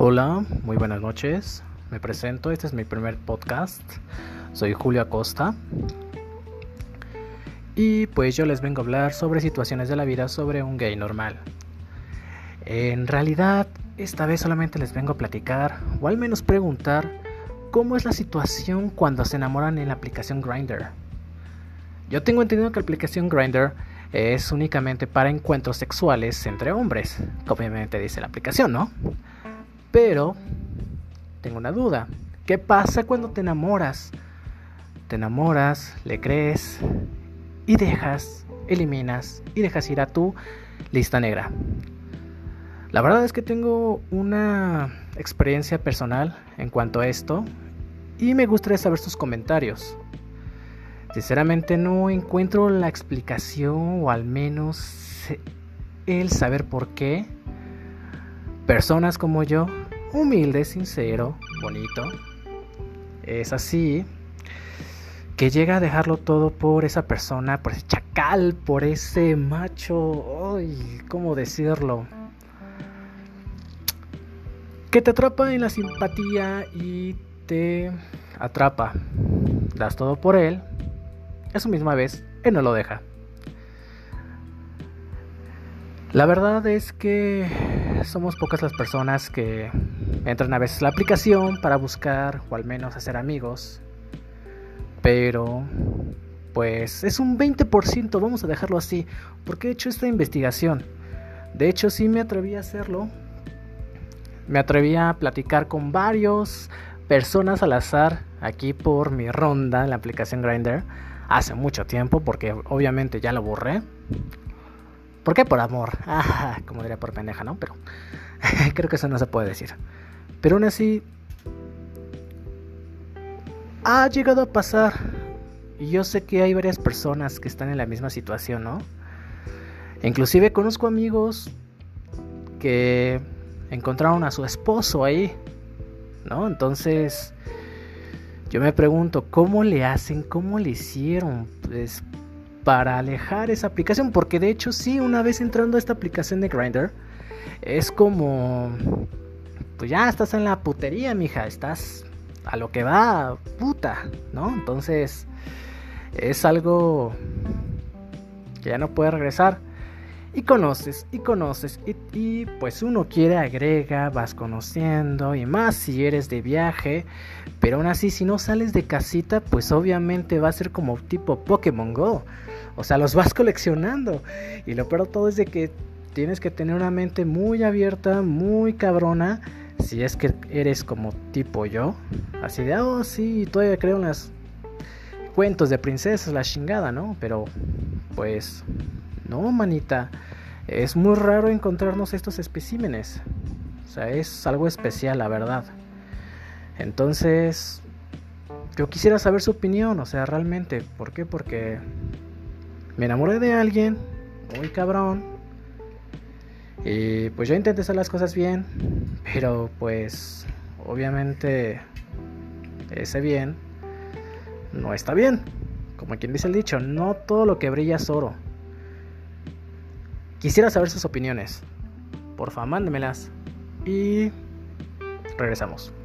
Hola, muy buenas noches. Me presento, este es mi primer podcast. Soy Julio Acosta. Y pues yo les vengo a hablar sobre situaciones de la vida sobre un gay normal. En realidad, esta vez solamente les vengo a platicar, o al menos preguntar, cómo es la situación cuando se enamoran en la aplicación Grindr. Yo tengo entendido que la aplicación Grindr es únicamente para encuentros sexuales entre hombres, que obviamente dice la aplicación, ¿no? Pero tengo una duda. ¿Qué pasa cuando te enamoras? Te enamoras, le crees y eliminas y dejas ir a tu lista negra. La verdad es que tengo una experiencia personal en cuanto a esto y me gustaría saber sus comentarios. Sinceramente no encuentro la explicación o al menos el saber por qué personas como yo, humilde, sincero, bonito, es así, que llega a dejarlo todo por esa persona, por ese chacal, por ese macho, ay, ¿cómo decirlo? Que te atrapa en la simpatía y te atrapa. Das todo por él, a su misma vez, él no lo deja. La verdad es que somos pocas las personas que entran a veces a la aplicación para buscar o al menos hacer amigos. Pero pues es un 20%, vamos a dejarlo así, porque he hecho esta investigación. De hecho sí me atreví a hacerlo. Me atreví a platicar con varias personas al azar aquí por mi ronda en la aplicación Grindr. Hace mucho tiempo, porque obviamente ya lo borré. ¿Por qué? Por amor. Como diría por pendeja, ¿no? Pero creo que eso no se puede decir. Pero aún así ha llegado a pasar. Y yo sé que hay varias personas que están en la misma situación, ¿no? Inclusive conozco amigos que encontraron a su esposo ahí, ¿no? Entonces yo me pregunto, ¿cómo le hacen? ¿Cómo le hicieron? Pues para alejar esa aplicación, porque de hecho sí, una vez entrando a esta aplicación de Grindr, es como, pues ya estás en la putería, mija, estás a lo que va, puta, ¿no? Entonces es algo que ya no puede regresar. Y conoces, y pues uno quiere, agrega, vas conociendo, y más si eres de viaje, pero aún así si no sales de casita, pues obviamente va a ser como tipo Pokémon Go, o sea, los vas coleccionando, y lo peor de todo es de que tienes que tener una mente muy abierta, muy cabrona, si es que eres como tipo yo, así de, oh sí, todavía creo en los cuentos de princesas, la chingada, ¿no? Pero pues no, manita, es muy raro encontrarnos estos especímenes. O sea, es algo especial, la verdad. Entonces, yo quisiera saber su opinión, o sea, realmente. ¿Por qué? Porque me enamoré de alguien, muy cabrón. Y pues yo intenté hacer las cosas bien, pero pues, obviamente, ese bien no está bien. Como quien dice el dicho, no todo lo que brilla es oro. Quisiera saber sus opiniones. Porfa, mándemelas. Y regresamos.